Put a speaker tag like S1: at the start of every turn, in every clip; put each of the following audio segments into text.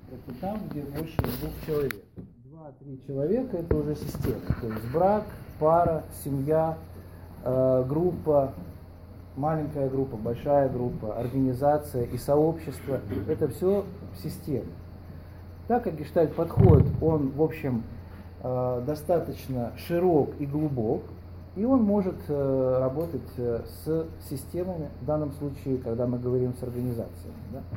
S1: Это там, где больше 2 человек. 2-3 человека – это уже система. То есть брак, пара, семья, группа, маленькая группа, большая группа, организация и сообщество – это все система. Так как гештальт-подход, он, в общем, достаточно широк и глубок, и он может работать с системами, в данном случае, когда мы говорим с организациями.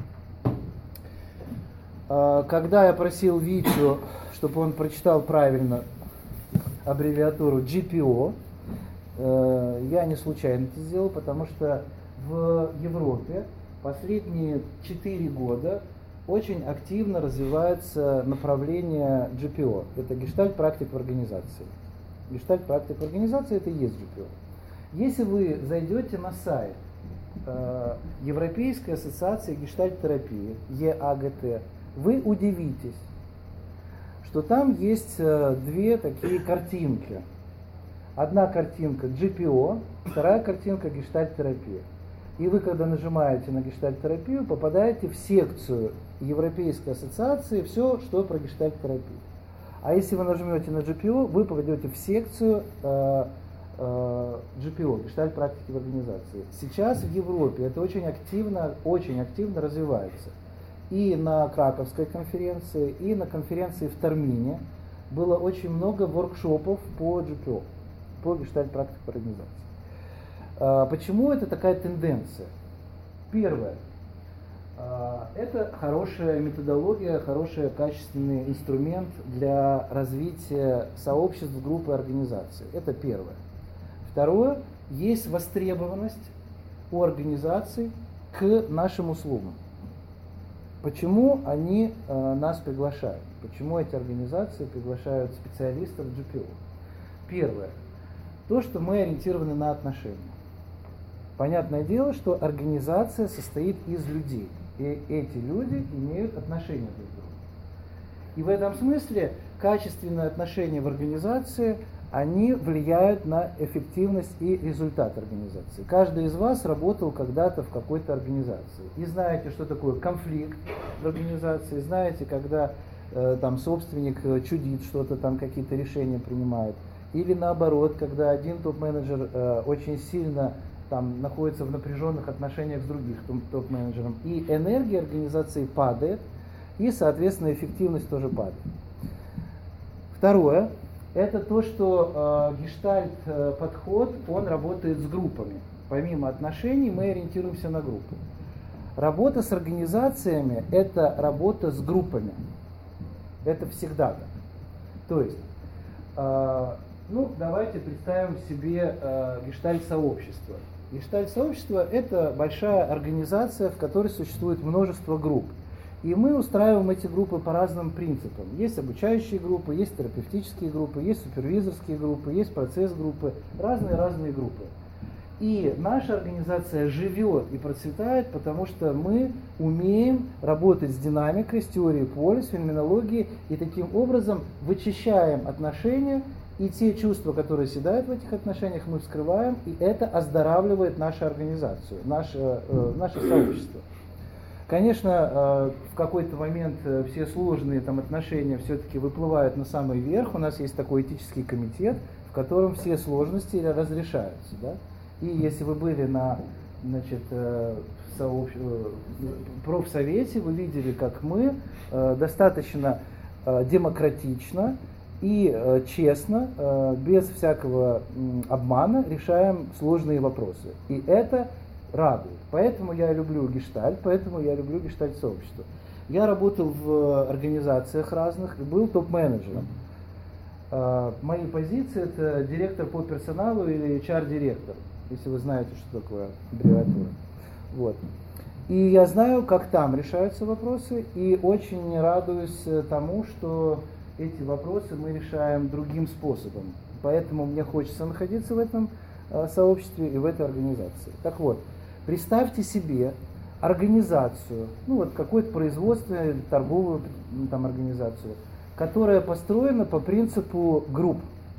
S1: Да? Когда я просил Витю, чтобы он прочитал правильно аббревиатуру GPO, я не случайно это сделал, потому что в Европе последние 4 года очень активно развивается направление GPO. Это гештальт-практик в организации. Гештальт-практик в организации – это и есть GPO. Если вы зайдете на сайт Европейской ассоциации гештальт-терапии, ЕАГТ, вы удивитесь, что там есть 2 такие картинки. Одна картинка GPO, вторая картинка гештальт-терапия. И вы, когда нажимаете на гештальт-терапию, попадаете в секцию Европейской ассоциации, все, что про гештальт-терапию. А если вы нажмете на GPO, вы попадете в секцию GPO, гештальт-практики в организации. Сейчас в Европе это очень активно развивается. И на Краковской конференции, и на конференции в Тормине было очень много воркшопов по GPO, по гештальт-практике в организации. Почему это такая тенденция? Первое. Это хорошая методология, хороший качественный инструмент для развития сообществ, группы, организаций. Это первое. Второе. Есть востребованность у организаций к нашим услугам. Почему они нас приглашают? Почему эти организации приглашают специалистов GPO? Первое. То, что мы ориентированы на отношения. Понятное дело, что организация состоит из людей. И эти люди имеют отношения друг к другу. И в этом смысле качественные отношения в организации, они влияют на эффективность и результат организации. Каждый из вас работал когда-то в какой-то организации. И знаете, что такое конфликт в организации, знаете, когда там собственник чудит что-то, там какие-то решения принимает. Или наоборот, когда один топ-менеджер очень сильно там находится в напряженных отношениях с другим топ-менеджером, и энергия организации падает, и, соответственно, эффективность тоже падает. Второе, это то, что гештальт-подход, он работает с группами. Помимо отношений мы ориентируемся на группы. Работа с организациями – это работа с группами. Это всегда так. То есть, давайте представим себе гештальт-сообщество. Гештальт-сообщество – это большая организация, в которой существует множество групп. И мы устраиваем эти группы по разным принципам. Есть обучающие группы, есть терапевтические группы, есть супервизорские группы, есть процесс-группы, разные группы. И наша организация живет и процветает, потому что мы умеем работать с динамикой, с теорией поля, с феноменологией, и таким образом вычищаем отношения, и те чувства, которые седают в этих отношениях, мы вскрываем, и это оздоравливает нашу организацию, наше сообщество. Конечно, в какой-то момент все сложные там отношения все-таки выплывают на самый верх. У нас есть такой этический комитет, в котором все сложности разрешаются. Да? И если вы были на профсовете, вы видели, как мы достаточно демократично и честно, без всякого обмана решаем сложные вопросы. И это радует. Поэтому я люблю гештальт, поэтому я люблю гештальт-сообщество. Я работал в организациях разных и был топ-менеджером. Мои позиции – это директор по персоналу или HR-директор, если вы знаете, что такое аббревиатура. Вот. И я знаю, как там решаются вопросы, и очень радуюсь тому, что эти вопросы мы решаем другим способом. Поэтому мне хочется находиться в этом сообществе и в этой организации. Так вот, представьте себе организацию, какое-то производственную или торговую организацию, которая построена по принципу групп.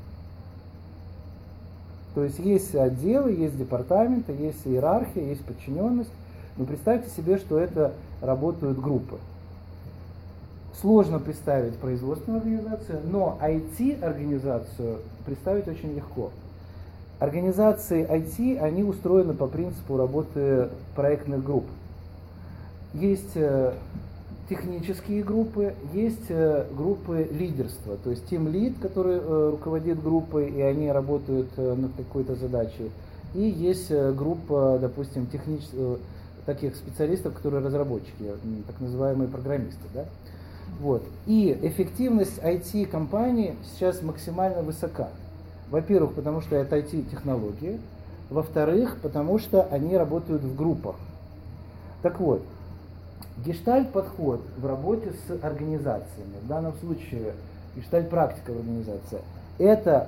S1: То есть есть отделы, есть департаменты, есть иерархия, есть подчиненность. Но представьте себе, что это работают группы. Сложно представить производственную организацию, но IT-организацию представить очень легко. Организации IT, они устроены по принципу работы проектных групп. Есть технические группы, есть группы лидерства, то есть team lead, который руководит группой, и они работают над какой-то задачей. И есть группа, допустим, таких специалистов, которые разработчики, так называемые программисты. Да? Вот. И эффективность IT-компаний сейчас максимально высока. Во-первых, потому что это IT-технологии. Во-вторых, потому что они работают в группах. Так вот, гештальт-подход в работе с организациями, в данном случае гештальт-практика в организации, это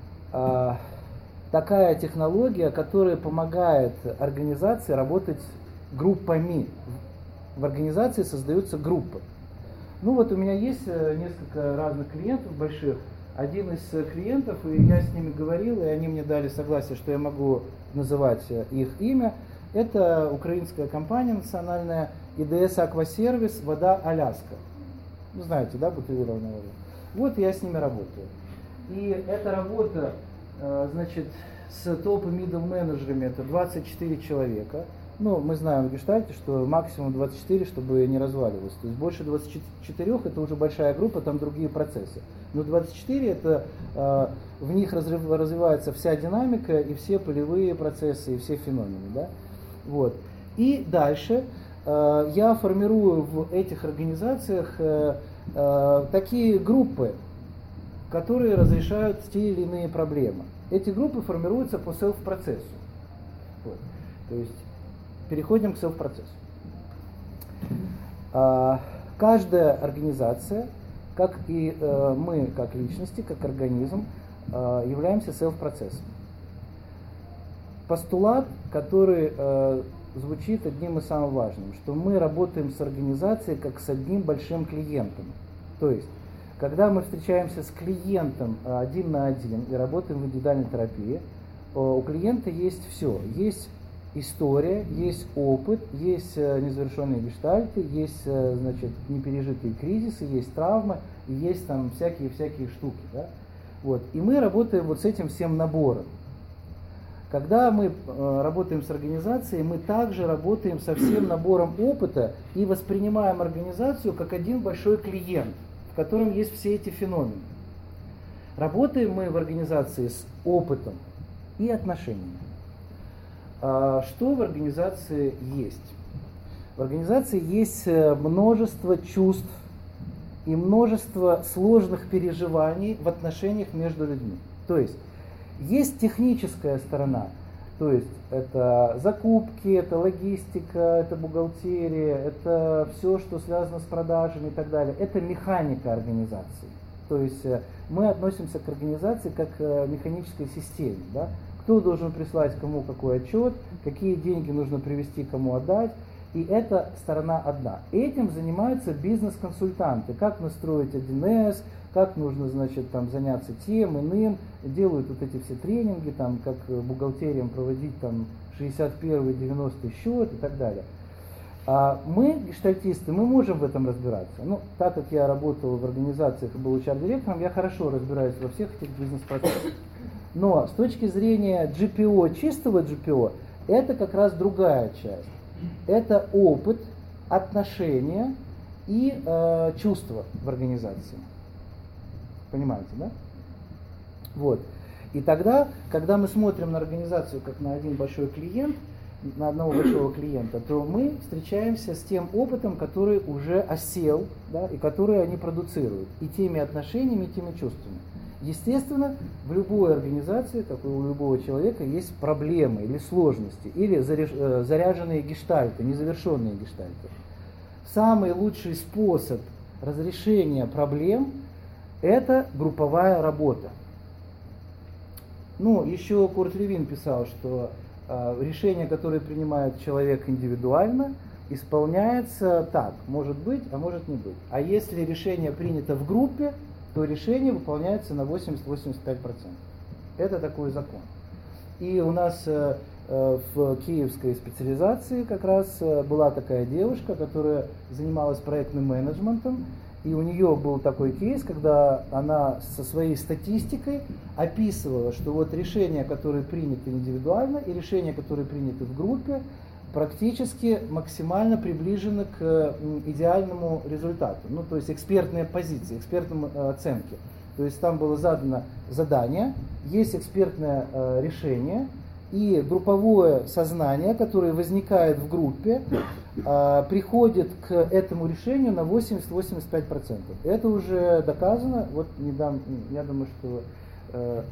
S1: такая технология, которая помогает организации работать группами. В организации создаются группы. Ну вот у меня есть несколько разных клиентов больших. Один из клиентов, и я с ними говорил, и они мне дали согласие, что я могу называть их имя. Это украинская компания национальная ИДС Аквасервис, вода Аляска. Ну, знаете, да, бутилированная вода. Вот я с ними работаю. И эта работа, значит, с топ- и мидл-менеджерами это 24 человека. Ну, мы знаем в гештальте, что максимум 24, чтобы не разваливалось. То есть больше 24 это уже большая группа, там другие процессы. Но 24 это в них развивается вся динамика и все полевые процессы, и все феномены. Да? Вот. И дальше я формирую в этих организациях такие группы, которые разрешают те или иные проблемы. Эти группы формируются по селф-процессу. Вот. То есть переходим к селф-процессу. Каждая организация, как и мы, как личности, как организм, являемся селф-процессом. Постулат, который звучит одним из самых важных, что мы работаем с организацией как с одним большим клиентом. То есть, когда мы встречаемся с клиентом один на один и работаем в индивидуальной терапии, у клиента есть все. Есть история, есть опыт, есть незавершенные гештальты, есть, значит, непережитые кризисы, есть травмы, и есть там всякие штуки. Да? Вот. И мы работаем вот с этим всем набором. Когда мы работаем с организацией, мы также работаем со всем набором опыта и воспринимаем организацию как один большой клиент, в котором есть все эти феномены. Работаем мы в организации с опытом и отношениями. Что в организации есть? В организации есть множество чувств и множество сложных переживаний в отношениях между людьми. То есть техническая сторона, то есть это закупки, это логистика, это бухгалтерия, это все, что связано с продажами и так далее. Это механика организации. То есть мы относимся к организации как к механической системе. Да? Кто должен прислать кому какой отчет, какие деньги нужно привезти, кому отдать. И это сторона одна. Этим занимаются бизнес-консультанты. Как настроить 1С, как нужно, значит, там, заняться тем, иным. Делают вот эти все тренинги, там, как бухгалтериям проводить там, 61-й, 90-й счет и так далее. А мы, гештальтисты, мы можем в этом разбираться. Ну, так как я работал в организациях и был HR-директором, я хорошо разбираюсь во всех этих бизнес-процессах. Но с точки зрения GPO, чистого GPO, это как раз другая часть. Это опыт, отношения и чувства в организации. Понимаете, да? Вот. И тогда, когда мы смотрим на организацию как на один большой клиент, на одного большого клиента, то мы встречаемся с тем опытом, который уже осел, да, и который они продуцируют, и теми отношениями, и теми чувствами. Естественно, в любой организации, как и у любого человека, есть проблемы или сложности, или заряженные гештальты, незавершенные гештальты. Самый лучший способ разрешения проблем – это групповая работа. Ну, еще Курт Левин писал, что решение, которое принимает человек индивидуально, исполняется так, может быть, а может не быть. А если решение принято в группе, то решение выполняется на 80-85%. Это такой закон. И у нас в киевской специализации как раз была такая девушка, которая занималась проектным менеджментом, И у нее был такой кейс, когда она со своей статистикой описывала, что вот решения, которые приняты индивидуально, и решения, которые приняты в группе, практически максимально приближены к идеальному результату. Ну, то есть экспертные позиции, экспертные оценки. То есть там было задано задание, есть экспертное решение, и групповое сознание, которое возникает в группе, приходит к этому решению на 80-85%. Это уже доказано. Вот недавно, я думаю, что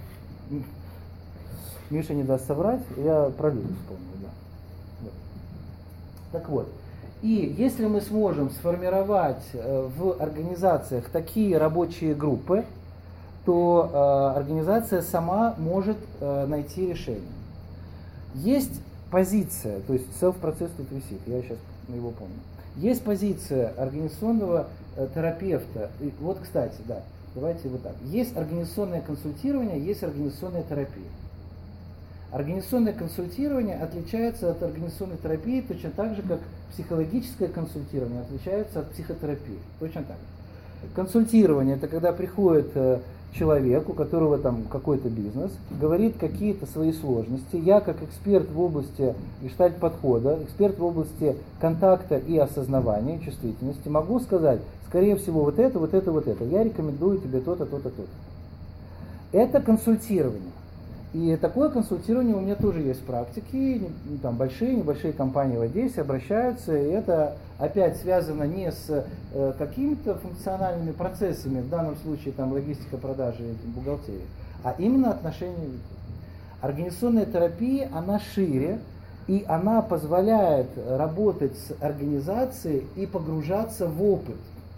S1: Миша не даст соврать, я про Лиду вспомнил. Да. Вот. Так вот, и если мы сможем сформировать в организациях такие рабочие группы, то организация сама может найти решение. Есть позиция, то есть self-process тут висит, я сейчас его помню. Есть позиция организационного терапевта. И вот, кстати, да, давайте вот так. Есть организационное консультирование, есть организационная терапия. Организационное консультирование отличается от организационной терапии точно так же, как психологическое консультирование отличается от психотерапии. Точно так же. Консультирование – это когда приходит человек, у которого там какой-то бизнес, говорит какие-то свои сложности. Я, как эксперт в области гештальт-подхода, эксперт в области контакта и осознавания, чувствительности, могу сказать, скорее всего, вот это, вот это, вот это. Я рекомендую тебе то-то, то-то, то-то. Это консультирование. И такое консультирование у меня тоже есть в практике. Там большие, небольшие компании в Одессе обращаются, и это опять связано не с какими-то функциональными процессами, в данном случае там логистика, продажи, бухгалтерия, а именно отношения людей. Организационная терапия, она шире, и она позволяет работать с организацией и погружаться в опыт.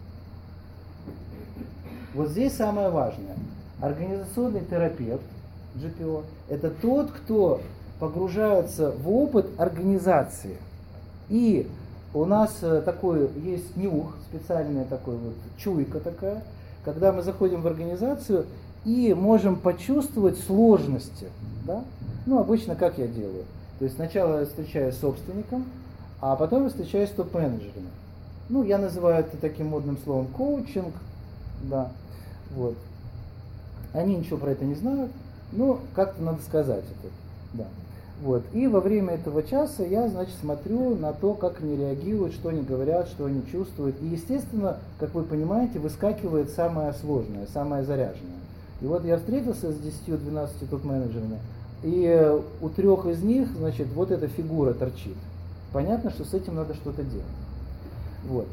S1: Вот здесь самое важное. Организационный терапевт, GPO, это тот, кто погружается в опыт организации. И у нас такой есть нюх, специальная такой вот чуйка такая, когда мы заходим в организацию и можем почувствовать сложности. Да? Ну, обычно как я делаю? То есть сначала я встречаюсь с собственником, а потом я встречаюсь с топ-менеджерами. Ну, я называю это таким модным словом коучинг. Да. Вот. Они ничего про это не знают. Ну, как-то надо сказать это. Да. Вот. И во время этого часа я, значит, смотрю на то, как они реагируют, что они говорят, что они чувствуют. И, естественно, как вы понимаете, выскакивает самое сложное, самое заряженное. И вот я встретился с 10-12 топ-менеджерами, и у 3 из них, значит, вот эта фигура торчит. Понятно, что с этим надо что-то делать. Вот.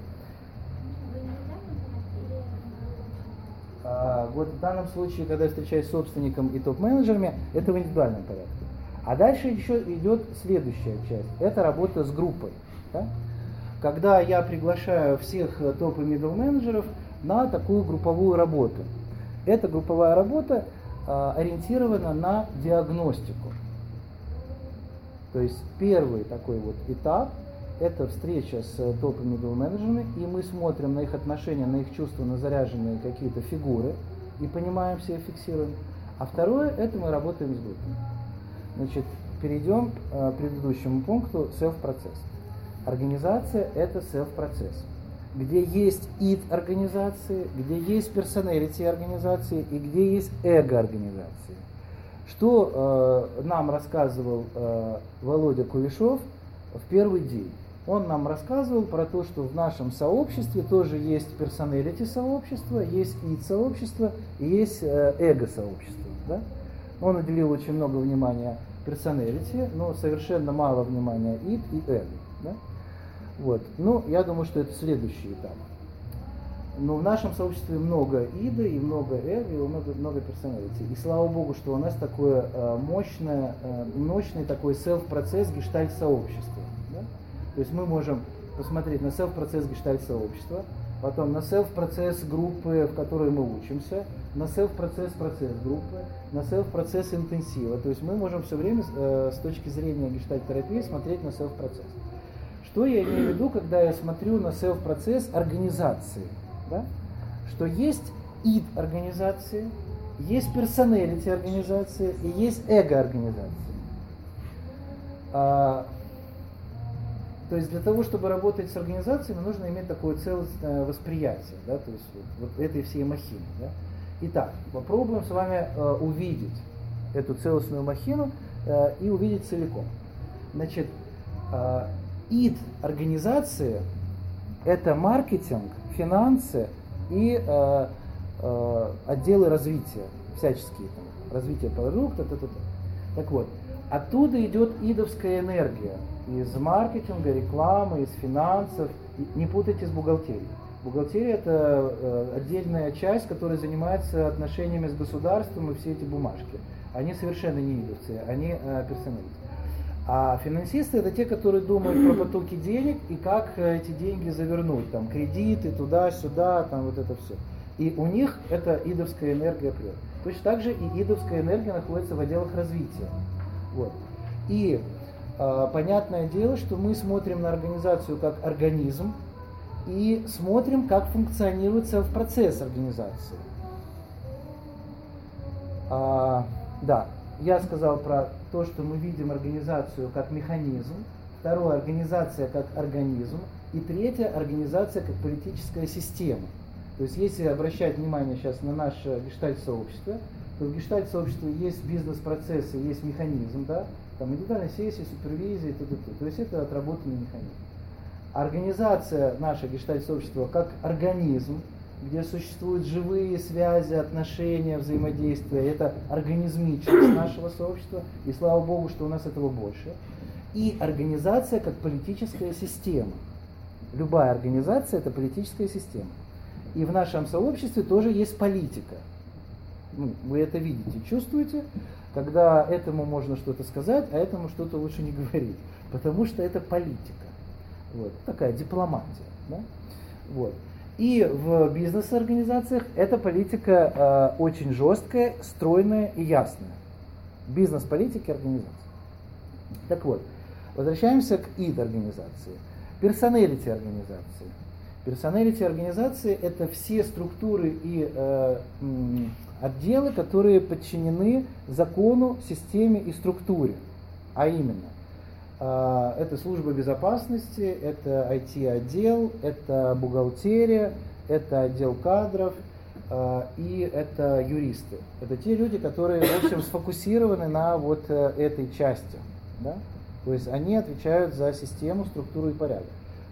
S1: Вот в данном случае, когда я встречаюсь с собственником и топ-менеджерами, это в индивидуальном порядке. А дальше еще идет следующая часть. Это работа с группой. Да? Когда я приглашаю всех топ- и мидл-менеджеров на такую групповую работу. Эта групповая работа ориентирована на диагностику. То есть первый такой вот этап – это встреча с топ- и мидл-менеджерами, и мы смотрим на их отношения, на их чувства, на заряженные какие-то фигуры, и понимаем все, фиксируем. А второе – это мы работаем с группой. Значит, перейдем к предыдущему пункту – self-процесс. Организация – это self-процесс, где есть id организации, где есть personality организации и где есть эго организации. Что нам рассказывал Володя Кулешов в первый день? Он нам рассказывал про то, что в нашем сообществе тоже есть personality сообщество, есть id сообщество и есть эго сообщество. Да? Он уделил очень много внимания personality, но совершенно мало внимания id и эго. Да? Вот. Ну, я думаю, что это следующий этап. Но в нашем сообществе много ида, и много эго, и много персоналити. И слава богу, что у нас такое мощный такой селф-процесс гештальт-сообщества. Да? То есть мы можем посмотреть на селф-процесс гештальт-сообщества, потом на селф-процесс группы, в которой мы учимся, на селф-процесс группы, на селф-процесс интенсива. То есть мы можем все время с точки зрения гештальт-терапии смотреть на селф-процесс. Что я имею в виду, когда я смотрю на селф-процесс организации? Да? Что есть id организации, есть personality организации и есть эго организации. То есть для того, чтобы работать с организациями, нужно иметь такое целостное восприятие, да, то есть вот этой всей махины. Да. Итак, попробуем с вами увидеть эту целостную махину и увидеть целиком. Значит, ид организации – это маркетинг, финансы и отделы развития, всяческие там, развитие продукта, Так вот, оттуда идет идовская энергия из маркетинга, рекламы, из финансов. Не путайте с бухгалтерией. Бухгалтерия – это отдельная часть, которая занимается отношениями с государством и все эти бумажки. Они совершенно не идовцы, они персоналисты. А финансисты – это те, которые думают про потоки денег и как эти деньги завернуть, там, кредиты, туда-сюда, там, вот это все. И у них это идовская энергия прет. Точно так же и идовская энергия находится в отделах развития. Вот. И понятное дело, что мы смотрим на организацию как организм и смотрим, как функционирует селф-процесс организации. Да, я сказал про то, что мы видим организацию как механизм, второе – организация как организм, и третье – организация как политическая система. То есть если обращать внимание сейчас на наше гештальт-сообщество, то в гештальт-сообществе есть бизнес-процессы, есть механизм, да, там индивидуальные сессии, супервизии, т.д. То есть это отработанный механизм. Организация нашего гештальт-сообщества как организм, где существуют живые связи, отношения, взаимодействия, это организмичность нашего сообщества, и слава Богу, что у нас этого больше. И организация как политическая система. Любая организация – это политическая система. И в нашем сообществе тоже есть политика. Ну, вы это видите, чувствуете, когда этому можно что-то сказать, а этому что-то лучше не говорить, потому что это политика. Вот, такая дипломатия. Да? Вот. И в бизнес-организациях эта политика очень жесткая, стройная и ясная. Бизнес-политики организации. Так вот, возвращаемся к ид-организации. Персоналити организации. Персоналити организации – это все структуры и отделы, которые подчинены закону, системе и структуре. А именно, это служба безопасности, это IT-отдел, это бухгалтерия, это отдел кадров и это юристы. Это те люди, которые, в общем, сфокусированы на вот этой части. Да? То есть они отвечают за систему, структуру и порядок.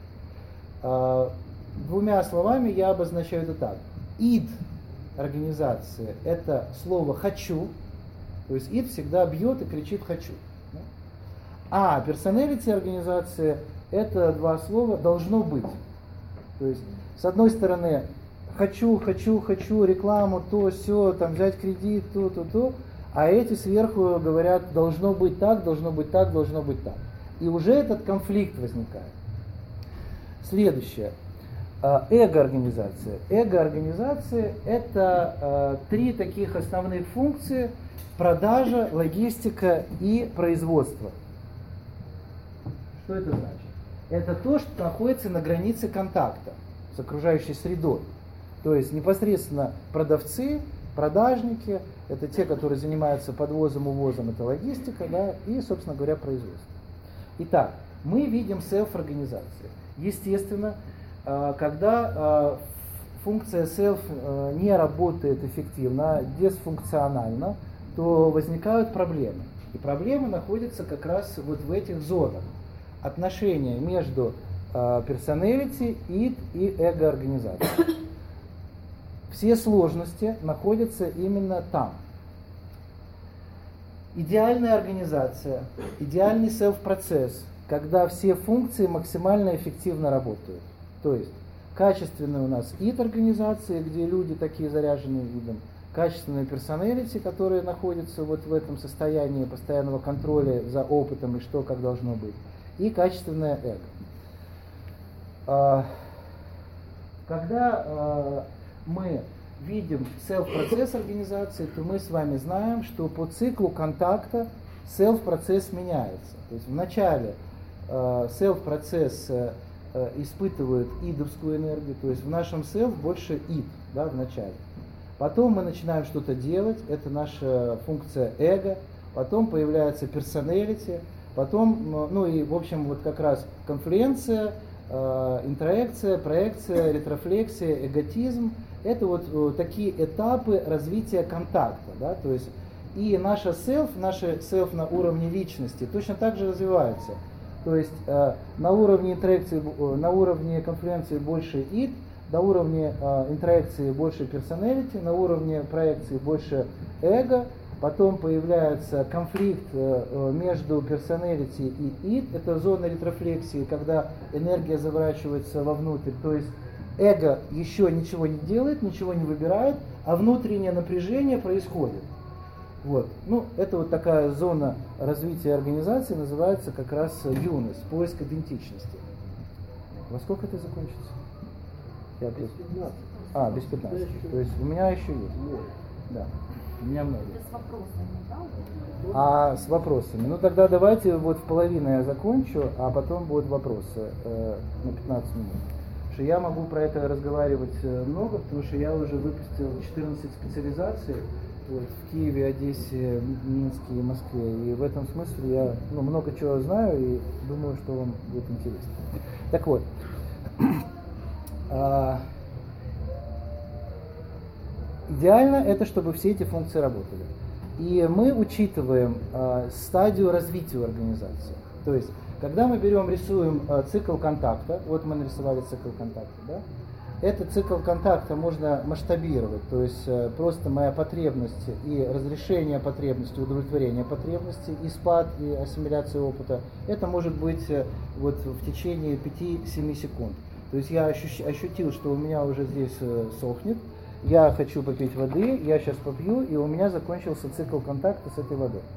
S1: Двумя словами я обозначаю это так. ид организации – это слово «хочу», то есть ид всегда бьет и кричит «хочу». А персоналити организации – это два слова «должно быть». То есть, с одной стороны, хочу рекламу, то, сё, там, взять кредит, то, а эти сверху говорят «должно быть так, должно быть так, должно быть так». И уже этот конфликт возникает. Следующее. Эго-организация. Эго-организация – это три таких основных функции: продажа, логистика и производство. Что это значит? Это то, что находится на границе контакта с окружающей средой. То есть непосредственно продавцы, продажники – это те, которые занимаются подвозом, увозом, это логистика, да, и, собственно говоря, производство. Итак, мы видим селф-организацию. Естественно, когда функция self не работает эффективно, дисфункционально, то возникают проблемы. И проблемы находятся как раз вот в этих зонах. Отношения между personality, id и эго-организацией. Все сложности находятся именно там. Идеальная организация, идеальный self-процесс, когда все функции максимально эффективно работают. То есть качественные у нас ид-организации, где люди такие заряженные видом, качественные персоналити, которые находятся вот в этом состоянии постоянного контроля за опытом и что, как должно быть, и качественное эго. Когда мы видим self-процесс организации, то мы с вами знаем, что по циклу контакта self-процесс меняется. То есть вначале self-процесс испытывает идовскую энергию, то есть в нашем self больше ид, да, в начале. Потом мы начинаем что-то делать, это наша функция эго, потом появляется personality, Потом, ну и в общем вот как раз конфлюенция, интеракция, проекция, ретрофлексия, эготизм – это вот такие этапы развития контакта, да, то есть и наше self на уровне личности точно так же развивается. То есть на уровне интеракции, на уровне конфлюенции больше id, на уровне интеракции больше personality, на уровне проекции больше эго, потом появляется конфликт между personality и id, это зона ретрофлексии, когда энергия заворачивается вовнутрь, то есть эго еще ничего не делает, ничего не выбирает, а внутреннее напряжение происходит. Вот. Ну, это вот такая зона развития организации, называется как раз юность, поиск идентичности. Во сколько это закончится?
S2: Без 15.
S1: Без 15. То есть у меня еще есть. Да. У меня много.
S3: Это с вопросами, да?
S1: С вопросами. Ну тогда давайте вот в половину я закончу, а потом будут вопросы на 15 минут. Потому что я могу про это разговаривать много, потому что я уже выпустил 14 специализаций вот, в Киеве, Одессе, Минске и Москве. И в этом смысле я много чего знаю и думаю, что вам будет интересно. Так вот. Идеально это, чтобы все эти функции работали. И мы учитываем стадию развития организации. То есть, когда мы рисуем цикл контакта, вот мы нарисовали цикл контакта, да? Этот цикл контакта можно масштабировать, то есть просто моя потребность и разрешение потребности, удовлетворение потребности, и спад, и ассимиляция опыта, это может быть вот в течение 5-7 секунд. То есть я ощутил, что у меня уже здесь сохнет, я хочу попить воды, я сейчас попью, и у меня закончился цикл контакта с этой водой.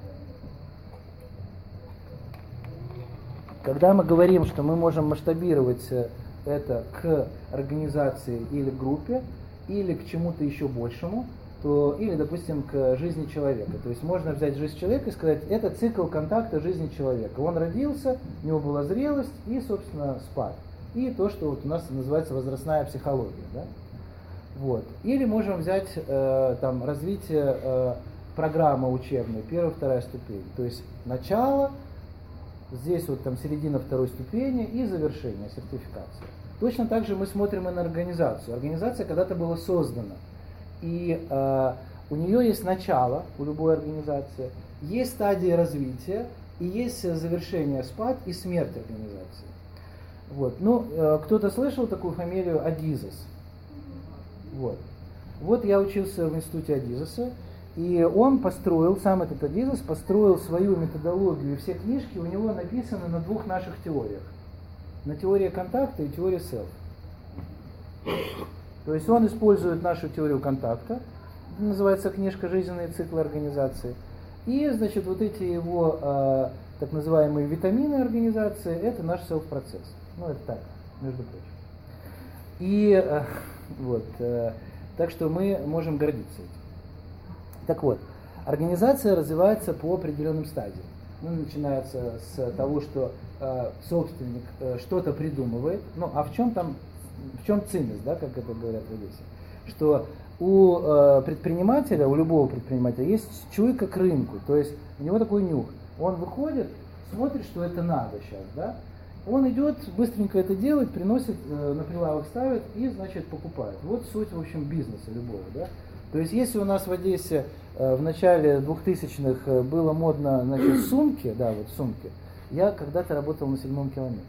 S1: Когда мы говорим, что мы можем масштабировать это к организации или группе, или к чему-то еще большему, то, или, допустим, к жизни человека. То есть можно взять жизнь человека и сказать, это цикл контакта жизни человека. Он родился, у него была зрелость и, собственно, спад. И то, что вот у нас называется возрастная психология. Да? Вот. Или можем взять развитие программы учебной, 1-2 ступень. То есть начало, здесь вот середина 2 ступени и завершение, сертификация. Точно так же мы смотрим и на организацию. Организация когда-то была создана. И у нее есть начало, у любой организации, есть стадии развития, и есть завершение, спад и смерть организации. Вот. Кто-то слышал такую фамилию Адизес? Вот я учился в институте Адизеса, и он построил, сам этот Адизес, построил свою методологию, и все книжки у него написаны на 2 наших теориях. На теории контакта и теории селф. То есть он использует нашу теорию контакта, называется книжка «Жизненные циклы организации», и, значит, вот эти его так называемые витамины организации, это наш селф-процесс. Это так, между прочим. И так что мы можем гордиться этим. Так вот, организация развивается по определенным стадиям. Начинается с того, что собственник что-то придумывает. А в чем ценность, да, как это говорят в Одессе? Что у предпринимателя, у любого предпринимателя есть чуйка к рынку, то есть у него такой нюх. Он выходит, смотрит, что это надо сейчас, да? Он идет, быстренько это делает, приносит, на прилавок ставит и, значит, покупает. Вот суть, в общем, бизнеса любого, да? То есть, если у нас в Одессе в начале 2000-х было модно, значит, сумки, да, вот сумки, я когда-то работал на 7-м километре.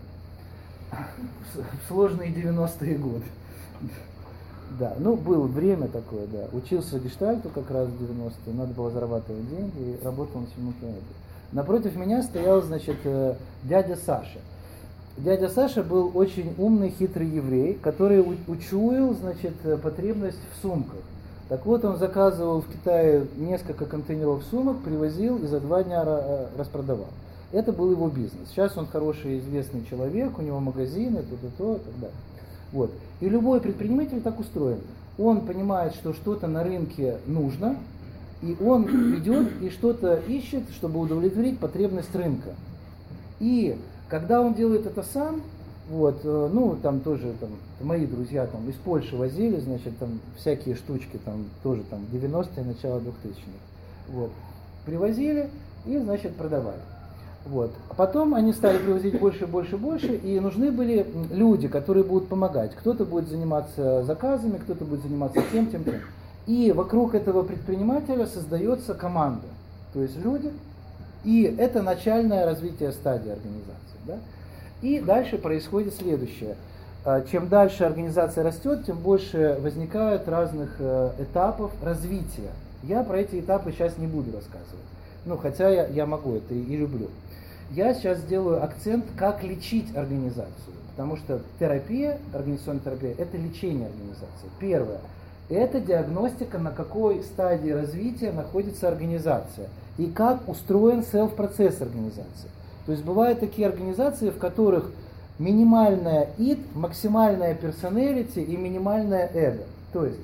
S1: В сложные 90-е годы. Да, было время такое, да. Учился гештальту как раз в 90-е, надо было зарабатывать деньги, и работал на 7-м километре. Напротив меня стоял, значит, дядя Саша. Дядя Саша был очень умный, хитрый еврей, который учуял, значит, потребность в сумках. Так вот, он заказывал в Китае несколько контейнеров сумок, привозил и за 2 дня распродавал. Это был его бизнес. Сейчас он хороший, известный человек, у него магазины, то и так далее. Вот. И любой предприниматель так устроен. Он понимает, что что-то на рынке нужно, и он идет и что-то ищет, чтобы удовлетворить потребность рынка. И когда он делает это сам, тоже мои друзья из Польши возили, значит, всякие штучки, тоже 90-е, начало 2000-х. Вот. Привозили и, значит, продавали. Вот. А потом они стали привозить больше, больше, больше, и нужны были люди, которые будут помогать. Кто-то будет заниматься заказами, кто-то будет заниматься тем, тем, тем. И вокруг этого предпринимателя создается команда, то есть люди, и это начальное развитие стадии организации. Да? И дальше происходит следующее. Чем дальше организация растет, тем больше возникает разных этапов развития. Я про эти этапы сейчас не буду рассказывать. Ну, хотя я могу это и люблю. Я сейчас сделаю акцент, как лечить организацию. Потому что терапия, организационная терапия, это лечение организации. Первое. Это диагностика, на какой стадии развития находится организация. И как устроен селф-процесс организации. То есть бывают такие организации, в которых минимальная id, максимальная персоналити и минимальное эго. То есть,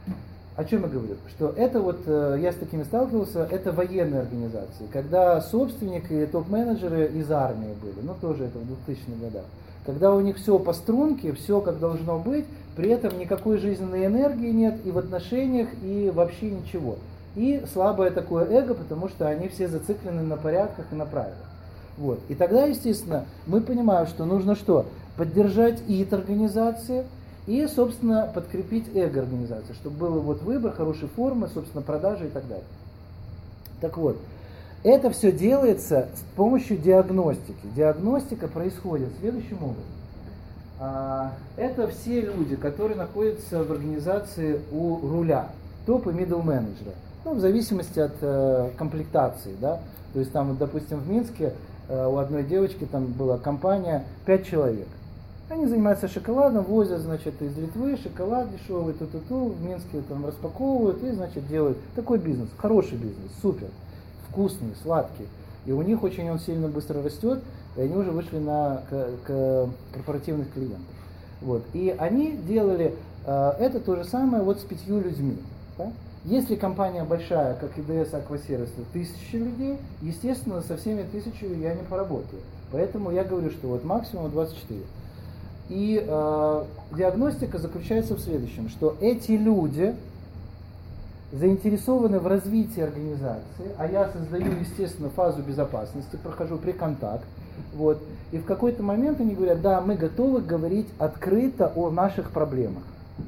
S1: о чем я говорю? Что это вот, я с такими сталкивался, это военные организации, когда собственник и топ-менеджеры из армии были, ну тоже это в 2000-х годах, когда у них все по струнке, все как должно быть, при этом никакой жизненной энергии нет и в отношениях, и вообще ничего. И слабое такое эго, потому что они все зациклены на порядках и на правилах. Вот. И тогда, естественно, мы понимаем, что нужно что? Поддержать id организации и, собственно, подкрепить эго организации, чтобы был вот выбор, хорошей формы, собственно, продажи и так далее. Так вот, это все делается с помощью диагностики. Диагностика происходит следующим образом. Это все люди, которые находятся в организации у руля, топ и middle менеджера, ну, в зависимости от комплектации, да. То есть там, допустим, в Минске у одной девочки там была компания 5 человек. Они занимаются шоколадом, возят, значит, из Литвы шоколад дешевый, ту-ту-ту, в Минске там распаковывают и, значит, делают такой бизнес, хороший бизнес, супер, вкусный, сладкий. И у них очень он сильно быстро растет, и они уже вышли к корпоративных клиентов. Вот. И они делали это то же самое вот с 5 людьми. Да? Если компания большая, как ИДС Аквасервис, 1000 людей, естественно, со всеми 1000 я не поработаю. Поэтому я говорю, что вот максимум 24. И диагностика заключается в следующем, что эти люди заинтересованы в развитии организации, а я создаю, естественно, фазу безопасности, прохожу преконтакт, вот, и в какой-то момент они говорят, да, мы готовы говорить открыто о наших проблемах.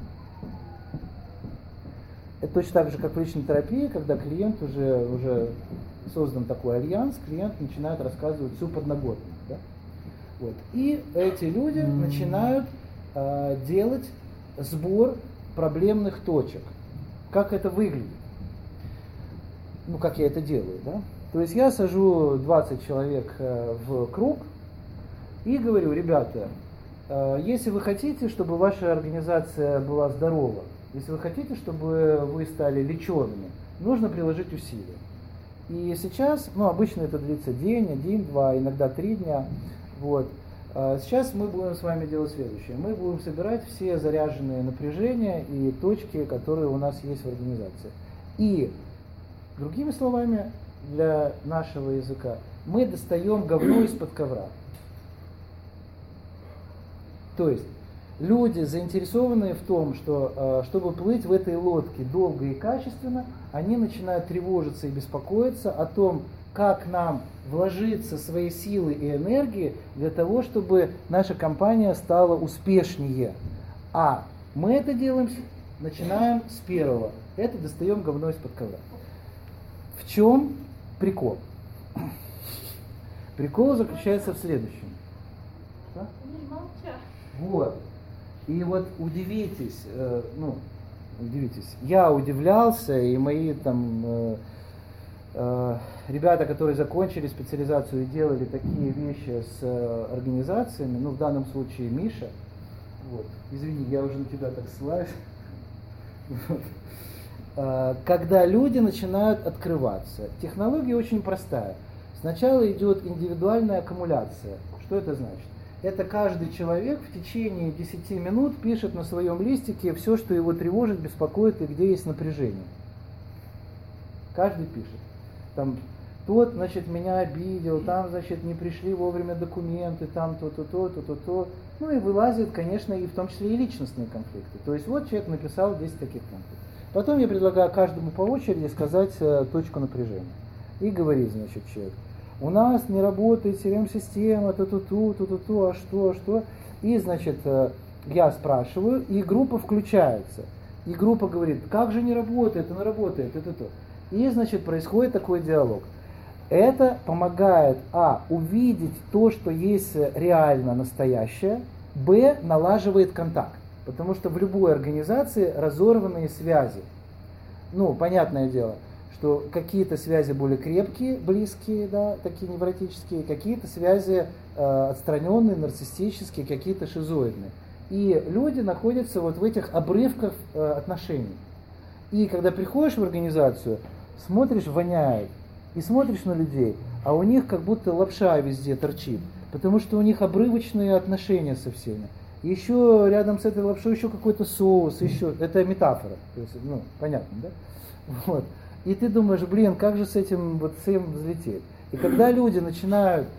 S1: Это точно так же, как в личной терапии, когда клиент уже создан такой альянс, клиент начинает рассказывать всю подноготную. Да? Вот. И эти люди начинают делать сбор проблемных точек. Как это выглядит? Ну, как я это делаю, да? То есть я сажу 20 человек в круг и говорю, ребята, если вы хотите, чтобы ваша организация была здорова, если вы хотите, чтобы вы стали лечеными, нужно приложить усилия. И сейчас, ну, обычно это длится день, 1, 2, иногда 3 дня. Вот. Сейчас мы будем с вами делать следующее. Мы будем собирать все заряженные напряжения и точки, которые у нас есть в организации. И, другими словами, для нашего языка, мы достаем говно из-под ковра. То есть, люди, заинтересованные в том, что, чтобы плыть в этой лодке долго и качественно, они начинают тревожиться и беспокоиться о том, как нам вложиться свои силы и энергии для того, чтобы наша компания стала успешнее. А мы это делаем, начинаем с первого. Это достаем говно из-под ковра. В чем прикол? Прикол заключается в следующем. Что? Вот. И вот удивитесь, я удивлялся, и мои там ребята, которые закончили специализацию и делали такие вещи с организациями, ну в данном случае Миша, вот, извини, я уже на тебя так ссылаюсь, когда люди начинают открываться. Технология очень простая. Сначала идет индивидуальная аккумуляция. Что это значит? Это каждый человек в течение 10 минут пишет на своем листике все, что его тревожит, беспокоит и где есть напряжение. Каждый пишет. Там, тот, значит, меня обидел, там, значит, не пришли вовремя документы, там то. Ну и вылазит, конечно, и в том числе и личностные конфликты. То есть вот человек написал 10 таких конфликтов. Потом я предлагаю каждому по очереди сказать точку напряжения. И говорит, значит, человек, у нас не работает CRM-система, ту-ту-ту, а что. И, значит, я спрашиваю, и группа включается. И группа говорит, как же не работает, она работает, это. И, значит, происходит такой диалог. Это помогает, увидеть то, что есть реально настоящее, налаживает контакт. Потому что в любой организации разорванные связи. Ну, понятное дело, что какие-то связи более крепкие, близкие, да, такие невротические, какие-то связи отстраненные, нарциссические, какие-то шизоидные. И люди находятся вот в этих обрывках отношений. И когда приходишь в организацию, смотришь, воняет, и смотришь на людей, а у них как будто лапша везде торчит, потому что у них обрывочные отношения со всеми. Еще рядом с этой лапшой еще какой-то соус, еще. Это метафора. То есть, ну, понятно, да? Вот. И ты думаешь, как же с этим вот всем взлететь? И когда люди начинают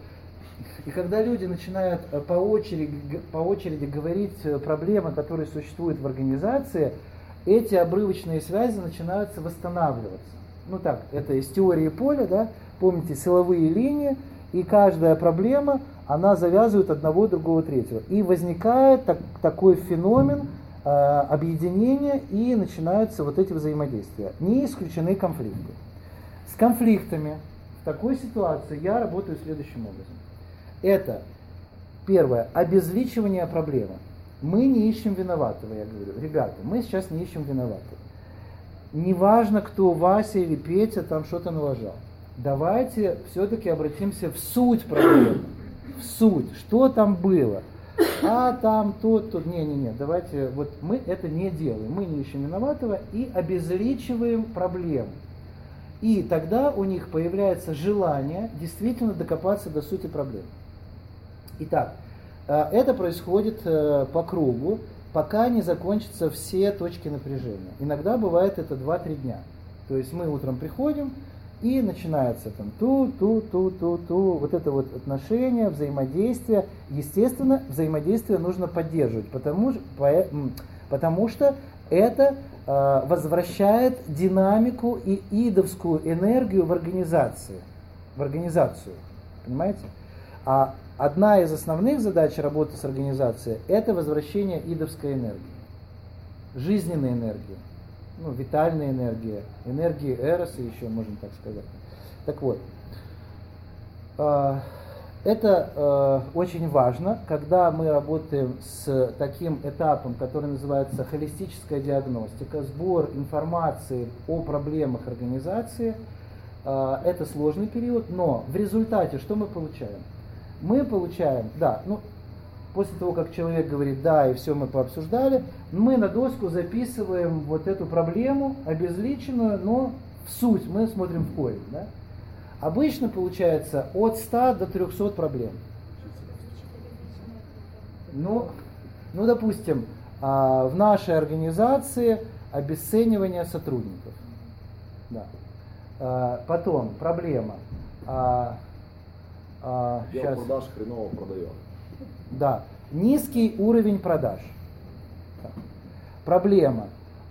S1: по очереди говорить проблемы, которые существуют в организации, эти обрывочные связи начинаются восстанавливаться. Ну так, это из теории поля, да? Помните, силовые линии, и каждая проблема, она завязывает одного, другого, третьего. И возникает такой феномен объединения, и начинаются вот эти взаимодействия. Не исключены конфликты. С конфликтами в такой ситуации я работаю следующим образом. Это, первое, обезличивание проблемы. Мы не ищем виноватого, я говорю. Ребята, мы сейчас не ищем виноватого. Неважно, кто Вася или Петя там что-то налажал. Давайте все-таки обратимся в суть проблемы. В суть. Что там было? Там тут. Не. Давайте, вот мы это не делаем. Мы не ищем виноватого и обезличиваем проблему. И тогда у них появляется желание действительно докопаться до сути проблемы. Итак, это происходит по кругу, пока не закончатся все точки напряжения. Иногда бывает это 2-3 дня. То есть мы утром приходим, и начинается там вот это вот отношение, взаимодействие. Естественно, взаимодействие нужно поддерживать, потому что это возвращает динамику и идовскую энергию в организацию. Понимаете? А одна из основных задач работы с организацией – это возвращение идовской энергии, жизненной энергии. Ну, витальная энергия, энергии Эроса еще, можно так сказать. Так вот, это очень важно, когда мы работаем с таким этапом, который называется холистическая диагностика, сбор информации о проблемах организации. Это сложный период, но в результате что мы получаем? Мы получаем, после того, как человек говорит «да», и все мы пообсуждали, мы на доску записываем вот эту проблему, обезличенную, но в суть мы смотрим в корень. Да? Обычно получается от 100 до 300 проблем. Ну, допустим, в нашей организации обесценивание сотрудников. Да. Потом проблема.
S3: Продаж хреново продает.
S1: Да, низкий уровень продаж. Проблема.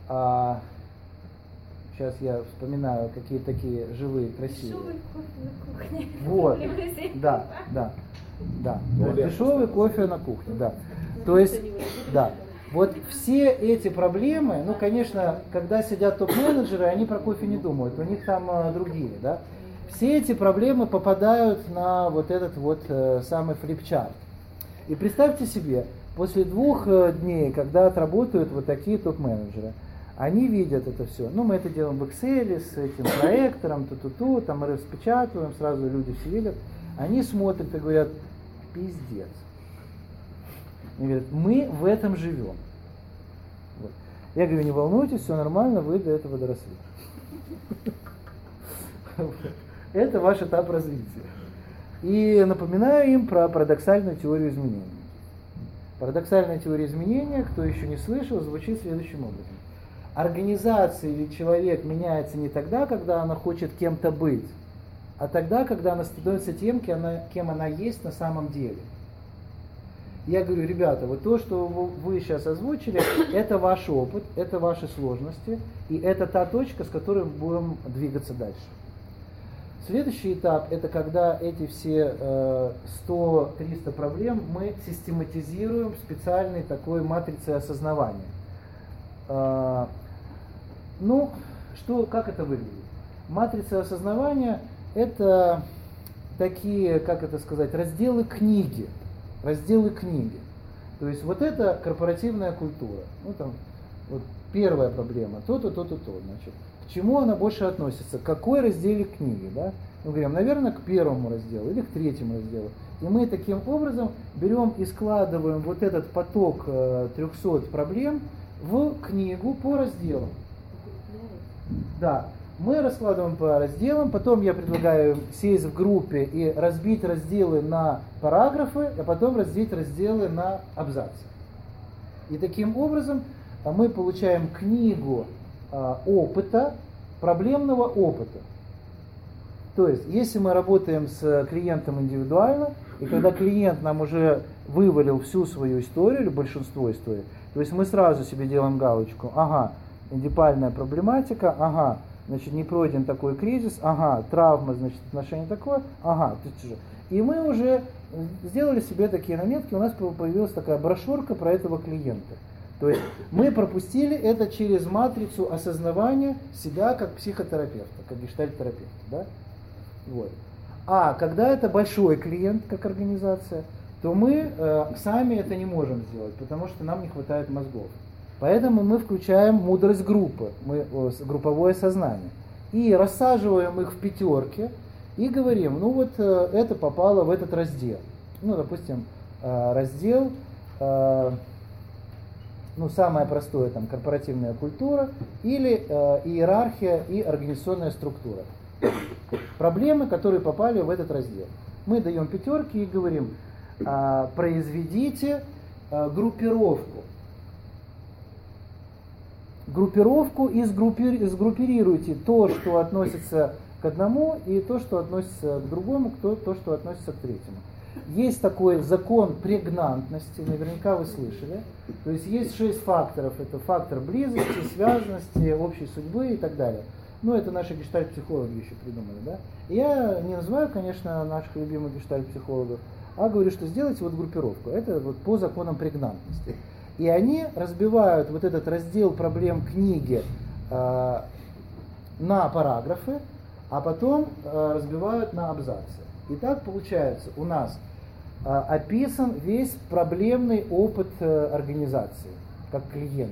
S1: Сейчас я вспоминаю, какие такие живые, красивые.
S4: Дешевый кофе на кухне.
S1: Вот, да. То есть дешевый кофе на кухне, да. То есть, да. Вот все эти проблемы, конечно, когда сидят топ-менеджеры, они про кофе не думают, у них там другие, да. Все эти проблемы попадают на вот этот вот самый флипчарт. И представьте себе, после 2 дней, когда отработают вот такие топ-менеджеры, они видят это все. Мы это делаем в Excel с этим проектором, там мы распечатываем, сразу люди все видят. Они смотрят и говорят, пиздец. Они говорят, мы в этом живем. Вот. Я говорю, не волнуйтесь, все нормально, вы до этого доросли. Это ваш этап развития. И напоминаю им про парадоксальную теорию изменения. Парадоксальная теория изменения, кто еще не слышал, звучит следующим образом. Организация или человек меняется не тогда, когда она хочет кем-то быть, а тогда, когда она становится тем, кем она есть на самом деле. Я говорю, ребята, вот то, что вы сейчас озвучили, это ваш опыт, это ваши сложности, и это та точка, с которой мы будем двигаться дальше. Следующий этап — это когда эти все 100-300 проблем мы систематизируем в специальной такой матрице осознавания. Ну, как это выглядит? Матрица осознавания — это такие, как это сказать, разделы книги. То есть вот это корпоративная культура. Ну, там, вот первая проблема, то-то, то-то, то. Значит, к чему она больше относится? К какой разделе книги, да? Мы говорим, наверное, к первому разделу или к третьему разделу. И мы таким образом берем и складываем вот этот поток 300 проблем в книгу по разделам. Да, мы раскладываем по разделам, потом я предлагаю сесть в группе и разбить разделы на параграфы, а потом разбить разделы на абзацы. И таким образом мы получаем книгу опыта, проблемного опыта. То есть, если мы работаем с клиентом индивидуально, и когда клиент нам уже вывалил всю свою историю, или большинство историй, то есть мы сразу себе делаем галочку, ага, индивидуальная проблематика, ага, значит, не пройден такой кризис, ага, травма, значит, отношение такое, ага, и мы уже сделали себе такие наметки, у нас появилась такая брошюрка про этого клиента. То есть мы пропустили это через матрицу осознавания себя как психотерапевта, как гештальт-терапевта, да? Вот. А когда это большой клиент, как организация, то мы сами это не можем сделать, потому что нам не хватает мозгов. Поэтому мы включаем мудрость группы, групповое сознание. И рассаживаем их в пятерки и говорим, ну вот это попало в этот раздел. Ну, допустим, раздел, ну, самое простое, там, корпоративная культура или иерархия и организационная структура. Проблемы, которые попали в этот раздел. Мы даем пятерки и говорим, произведите группировку. И сгруппируйте то, что относится к одному, и то, что относится к другому, то, что относится к третьему. Есть такой закон прегнантности, наверняка вы слышали. То есть есть 6 факторов. Это фактор близости, связанности, общей судьбы и так далее. Ну, это наши гештальт-психологи еще придумали, да? И я не называю, конечно, наших любимых гештальт-психологов, а говорю, что сделайте вот группировку. Это вот по законам прегнантности. И они разбивают вот этот раздел проблем книги на параграфы, а потом разбивают на абзацы. И так получается, у нас описан весь проблемный опыт организации, как клиента.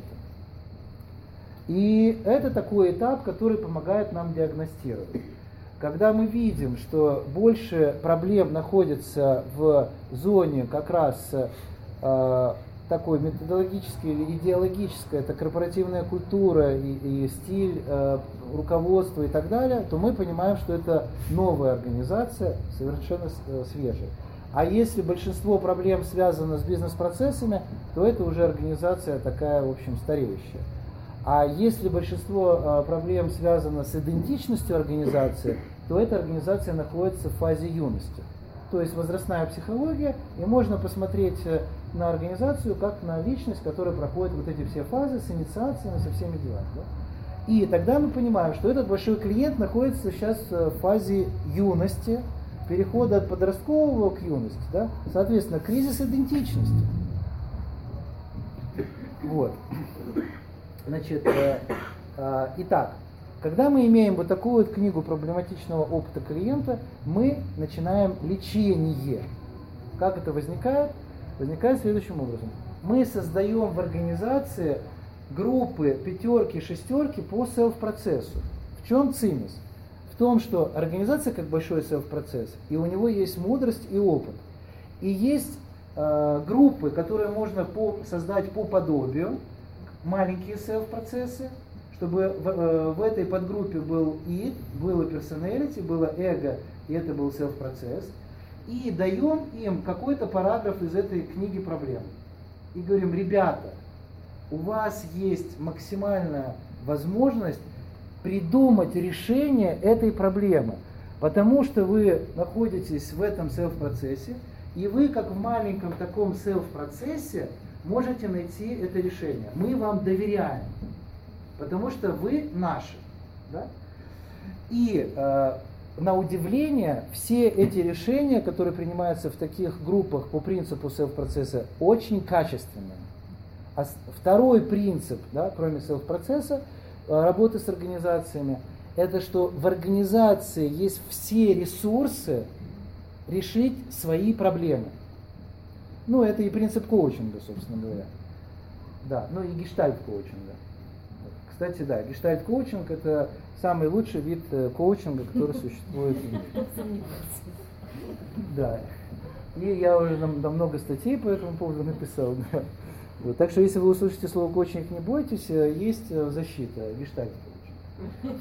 S1: И это такой этап, который помогает нам диагностировать. Когда мы видим, что больше проблем находится в зоне как раз такой методологической или идеологической, это корпоративная культура и стиль руководства и так далее, то мы понимаем, что это новая организация, совершенно свежая. А если большинство проблем связано с бизнес-процессами, то это уже организация такая, в общем, стареющая. А если большинство проблем связано с идентичностью организации, то эта организация находится в фазе юности. То есть возрастная психология, и можно посмотреть на организацию как на личность, которая проходит вот эти все фазы с инициациями, со всеми делами. Да? И тогда мы понимаем, что этот большой клиент находится сейчас в фазе юности, перехода от подросткового к юности. Да? Соответственно, кризис идентичности. Вот. Значит, итак, когда мы имеем вот такую вот книгу проблематичного опыта клиента, мы начинаем лечение. Как это возникает? Возникает следующим образом. Мы создаем в организации группы пятерки, шестерки по селф-процессу. В чем цимис? В том, что организация как большой селф-процесс, и у него есть мудрость и опыт. И есть группы, которые можно создать по подобию, маленькие селф-процессы, чтобы в этой подгруппе был id, было personality, было эго, и это был селф-процесс. И даем им какой-то параграф из этой книги проблем. И говорим, ребята, у вас есть максимальная возможность придумать решение этой проблемы, потому что вы находитесь в этом селф-процессе, и вы, как в маленьком таком селф-процессе, можете найти это решение. Мы вам доверяем, потому что вы наши. Да? И на удивление, все эти решения, которые принимаются в таких группах по принципу селф-процесса, очень качественные. А второй принцип, да, кроме селф-процесса, работы с организациями, это что в организации есть все ресурсы решить свои проблемы. Ну, это и принцип коучинга, собственно говоря. Да, ну и гештальт-коучинга. Кстати, да, гештальт-коучинг – это самый лучший вид коучинга, который существует в мире. Да. И я уже там много статей по этому поводу написал. Да. Вот. Так что, если вы услышите слово коучинг, не бойтесь, есть защита, гештальт-коучинг.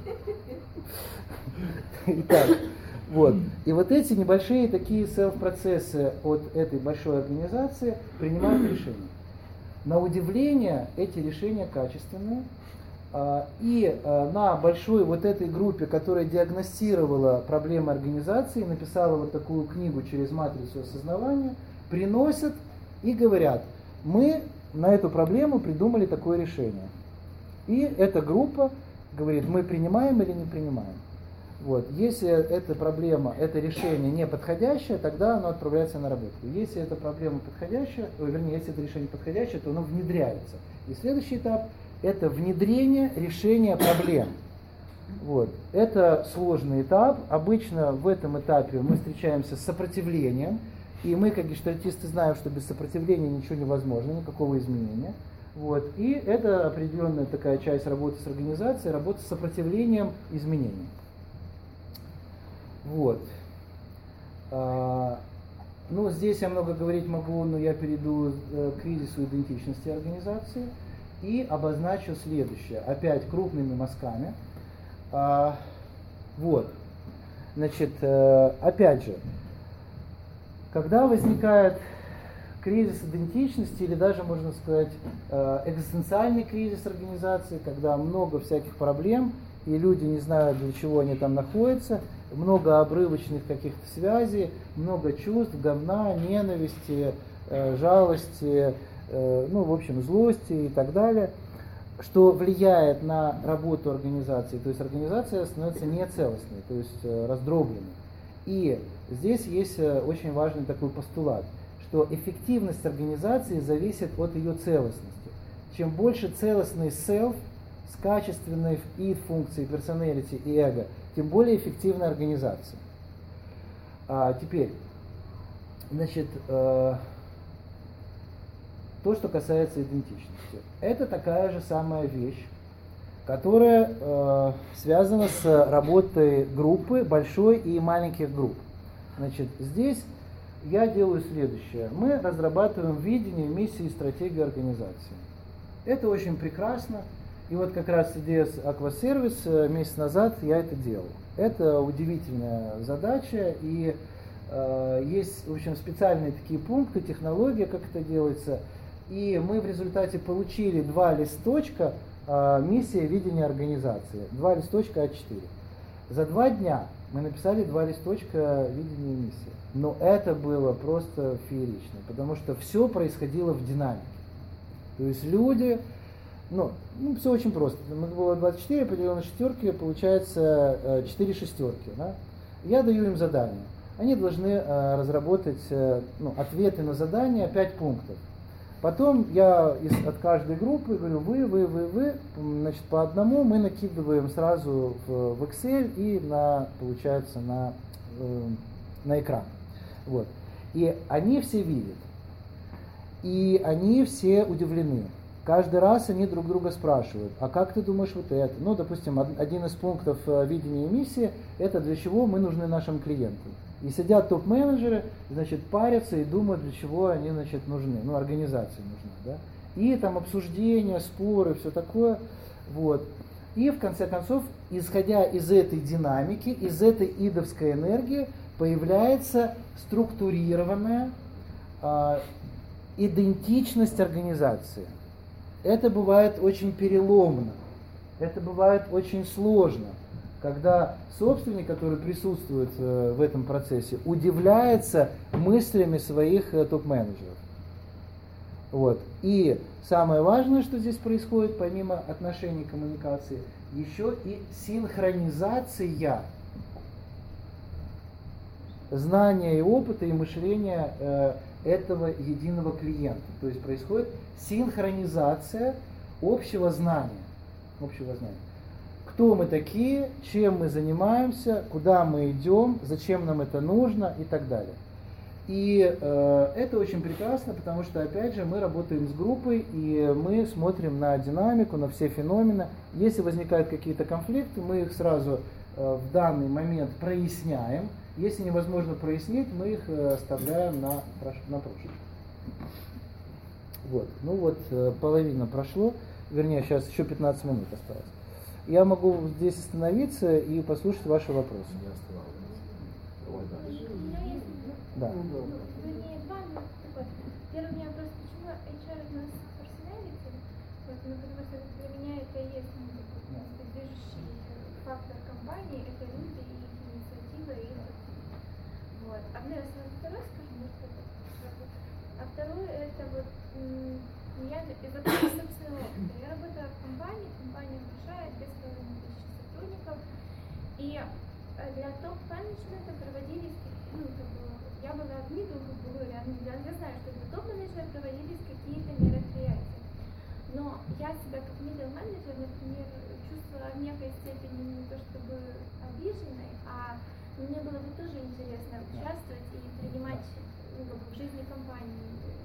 S1: Итак, вот. И вот эти небольшие такие селф-процессы от этой большой организации принимают решения. На удивление, эти решения качественные. И на большой вот этой группе, которая диагностировала проблемы организации, написала вот такую книгу «Через матрицу осознавания», приносят и говорят: мы на эту проблему придумали такое решение. И эта группа говорит: мы принимаем или не принимаем. Вот. Если эта проблема, это решение не подходящее, тогда оно отправляется на работу. Если эта проблема подходящая, если это решение подходящее, то оно внедряется. И следующий этап – это внедрение решения проблем. Вот. Это сложный этап. Обычно в этом этапе мы встречаемся с сопротивлением. И мы, как гештальтисты, знаем, что без сопротивления ничего невозможно, никакого изменения. Вот. И это определенная такая часть работы с организацией, работа с сопротивлением изменений. Вот. Ну, здесь я много говорить могу, но я перейду к кризису идентичности организации и обозначу следующее, опять крупными мазками. Вот. Значит, опять же, когда возникает кризис идентичности, или даже, можно сказать, экзистенциальный кризис организации, когда много всяких проблем, и люди не знают, для чего они там находятся, много обрывочных каких-то связей, много чувств, говна, ненависти, жалости, ну, в общем, злости и так далее, что влияет на работу организации. То есть организация становится нецелостной, то есть раздробленной. И здесь есть очень важный такой постулат, что эффективность организации зависит от ее целостности. Чем больше целостный self с качественной id-функцией, personality и эго, тем более эффективна организация. Теперь, значит, то, что касается идентичности. Это такая же самая вещь, которая связана с работой группы, большой и маленьких групп. Значит, здесь я делаю следующее. Мы разрабатываем видение, миссию и стратегию организации. Это очень прекрасно. И вот как раз идея с Аквасервис месяц назад я это делал. Это удивительная задача, и есть, в общем, специальные такие пункты, технология, как это делается. И мы в результате получили 2 листочка миссия, видение организации. 2 листочка А4. За 2 дня мы написали 2 листочка видения и миссии. Но это было просто феерично, потому что все происходило в динамике. То есть люди... Ну, все очень просто. Было 24, поделено на шестерки, получается 4 шестерки. Да? Я даю им задание. Они должны разработать ответы на задание 5 пунктов. Потом я от каждой группы говорю: вы, значит, по одному мы накидываем сразу в Excel и получается на экран. Вот. И они все видят. И они все удивлены. Каждый раз они друг друга спрашивают: а как ты думаешь вот это? Ну, допустим, один из пунктов видения и миссии – это для чего мы нужны нашим клиентам. И сидят топ-менеджеры, значит, парятся и думают, для чего они, значит, нужны. Ну, организация нужна, да. И там обсуждения, споры, все такое. Вот. И в конце концов, исходя из этой динамики, из этой идовской энергии, появляется структурированная идентичность организации. Это бывает очень переломно, это бывает очень сложно, когда собственник, который присутствует в этом процессе, удивляется мыслями своих топ-менеджеров. Вот. И самое важное, что здесь происходит, помимо отношений коммуникации, еще и синхронизация знания и опыта и мышления этого единого клиента. То есть происходит синхронизация общего знания. Кто мы такие, чем мы занимаемся, куда мы идем, зачем нам это нужно и так далее. И это очень прекрасно, потому что, опять же, мы работаем с группой, и мы смотрим на динамику, на все феномены. Если возникают какие-то конфликты, мы их сразу в данный момент проясняем. Если невозможно прояснить, мы их оставляем на прошлое. Вот. Ну вот, половина прошло, вернее, сейчас еще 15 минут осталось. Я могу здесь остановиться и послушать ваши вопросы. Да.
S4: Вернее, два. Первый у меня вопрос, почему HR у нас personality? Вот, ну, потому что для меня это и есть движущий фактор компании, это люди, их инициатива и их активность. Вот. А мне второй, скажем, может, это сразу. А второй, это вот, я из этого собственного опыта. Я работаю в компания большая, 2500 сотрудников, и для топ-менеджмента проводились, я была в МИДу, я знаю, что для топ-менеджера проводились какие-то мероприятия. Но я себя как middle менеджер, например, чувствовала в некой степени не то чтобы обиженной, а мне было бы тоже интересно участвовать и принимать в жизни компании.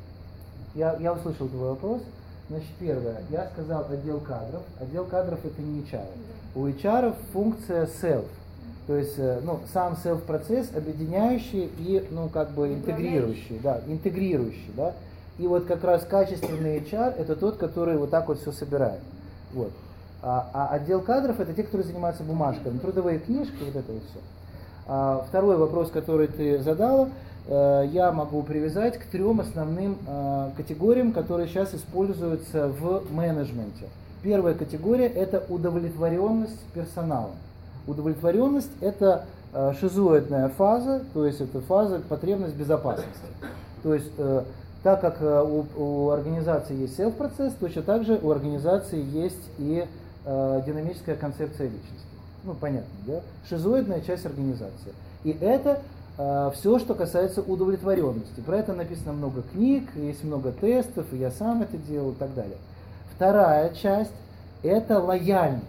S1: Я услышал твой вопрос. Значит, первое, я сказал отдел кадров. Отдел кадров это не HR. У HR функция self. То есть, сам self-процесс объединяющий и, интегрирующий, да. И вот как раз качественный HR это тот, который вот так вот все собирает. Вот. А отдел кадров это те, которые занимаются бумажками, трудовые книжки, вот это вот все. Второй вопрос, который ты задала, я могу привязать к 3 основным категориям, которые сейчас используются в менеджменте. Первая категория это удовлетворенность персоналом. Удовлетворенность – это шизоидная фаза, то есть это фаза потребность безопасности. То есть так как у организации есть self-процесс, точно так же у организации есть и динамическая концепция личности. Ну, понятно, да? Шизоидная часть организации. И это все, что касается удовлетворенности. Про это написано много книг, есть много тестов, и я сам это делал и так далее. Вторая часть – это лояльность.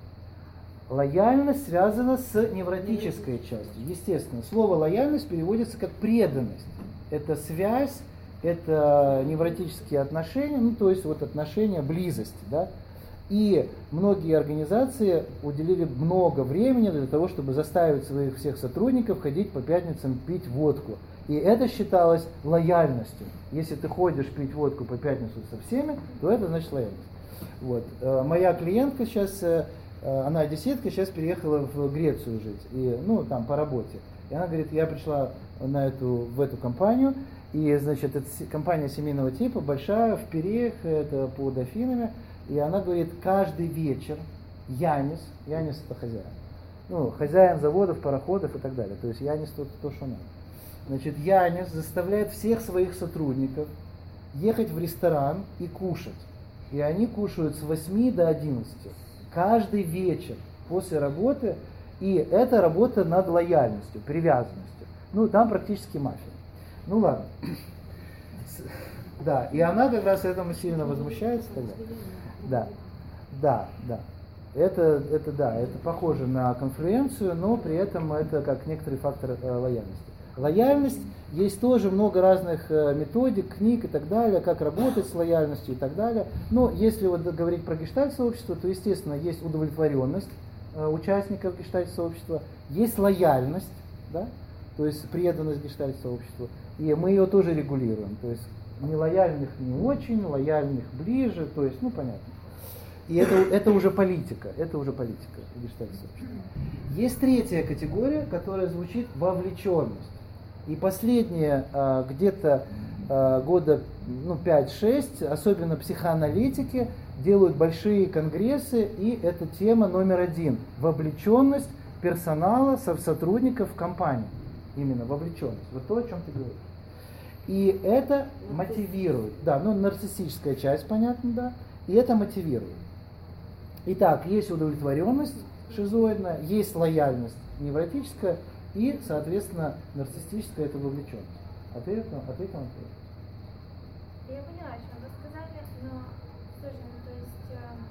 S1: Лояльность связана с невротической частью. Естественно, слово лояльность переводится как преданность. Это связь, это невротические отношения, то есть вот отношения близости, да. И многие организации уделили много времени для того, чтобы заставить своих всех сотрудников ходить по пятницам пить водку. И это считалось лояльностью. Если ты ходишь пить водку по пятницам со всеми, то это значит лояльность. Вот. Моя клиентка сейчас, она одесситка, сейчас переехала в Грецию жить, и, там по работе. И она говорит, я пришла в эту компанию, и, значит, это компания семейного типа, большая, в Пиреях, это под Афинами, и она говорит, каждый вечер Янис это хозяин, хозяин заводов, пароходов и так далее, то есть Янис то, что надо. Значит, Янис заставляет всех своих сотрудников ехать в ресторан и кушать. И они кушают с 8 до 11. Каждый вечер после работы. И это работа над лояльностью, привязанностью. Там практически мафия. Ладно. Да, и она как раз этому сильно возмущается тогда. Да. Это похоже на конфлюенцию, но при этом это как некоторый фактор лояльности. Лояльность, есть тоже много разных методик, книг и так далее, как работать с лояльностью и так далее. Но если вот говорить про гештальт-сообщество, то, естественно, есть удовлетворенность участников гештальт-сообщества, есть лояльность, да, то есть преданность гештальт-сообществу, и мы ее тоже регулируем, то есть нелояльных не очень, лояльных ближе, то есть, понятно. И это уже политика гештальт-сообщества. Есть третья категория, которая звучит вовлеченность. И последние где-то года 5-6, особенно психоаналитики, делают большие конгрессы, и это тема номер 1. Вовлеченность персонала, сотрудников в компании. Именно вовлеченность. Вот то, о чем ты говоришь. И это мотивирует. Да, нарциссическая часть, понятно, да. И это мотивирует. Итак, есть удовлетворенность шизоидная, есть лояльность невротическая, И, соответственно, нарциссическая это вовлеченность. Ответил на вопрос?
S4: Я поняла, о чем вы сказали, но тоже, то есть,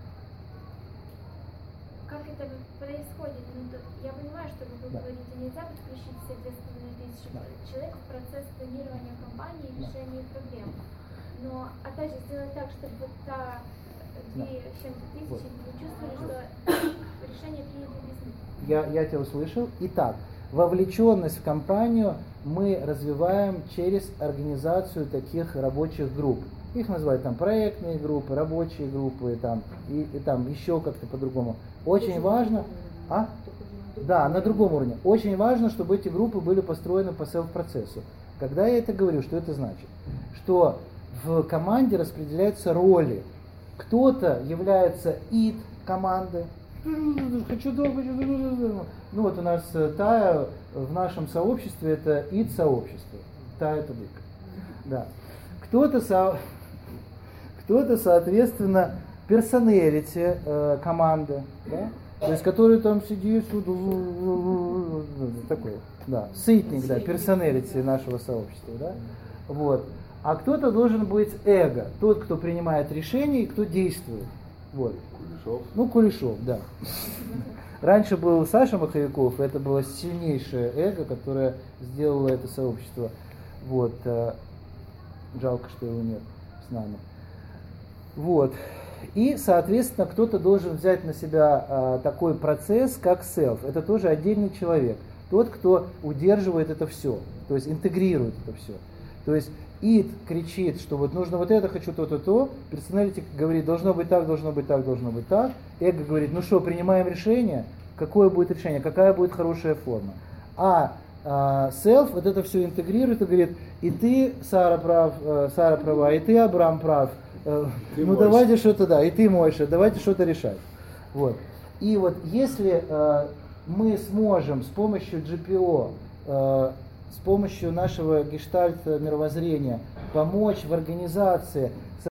S4: как это происходит? Я понимаю, что вы говорите, нельзя подключить все 2500 человек в процесс планирования кампании и решения проблем. Но, опять же, сделать так, чтобы вот та 2,7 тысячи вы чувствовали, что решение принято без них.
S1: Я тебя услышал. Итак, вовлеченность в кампанию мы развиваем через организацию таких рабочих групп. Их называют там проектные группы, рабочие группы, там, и там еще как-то по-другому. Очень важно, да, на другом уровне. Очень важно, чтобы эти группы были построены по селф-процессу. Когда я это говорю, что это значит? Что в команде распределяются роли. Кто-то является id команды. Хочу долго, ну вот у нас Тая в нашем сообществе это id сообщество. Тая Тудык. Да. Кто-то, соответственно, персоналити команды, да? То есть, который там сидит, такой, да, сытник, да, персоналити нашего сообщества, да? Вот. А кто-то должен быть эго, тот, кто принимает решения и кто действует. Вот.
S3: Кулешов.
S1: Ну, Кулешов, да. Раньше был Саша Маховиков, это было сильнейшее эго, которое сделало это сообщество. Вот. Жалко, что его нет с нами. Вот. И, соответственно, кто-то должен взять на себя такой процесс, как self. Это тоже отдельный человек. Тот, кто удерживает это все, то есть интегрирует это все. То есть id кричит, что вот нужно вот это, хочу то, персоналити говорит, должно быть так, должно быть так, должно быть так. Эго говорит, ну что, принимаем решение, какое будет решение, какая будет хорошая форма. А self вот это все интегрирует и говорит, и ты, Сара, права, и ты, Абрам, прав. Ну давайте что-то, да, и ты, Мойша, давайте что-то решать. Вот. И вот если мы сможем с помощью GPO, с помощью нашего гештальт мировоззрения помочь в организации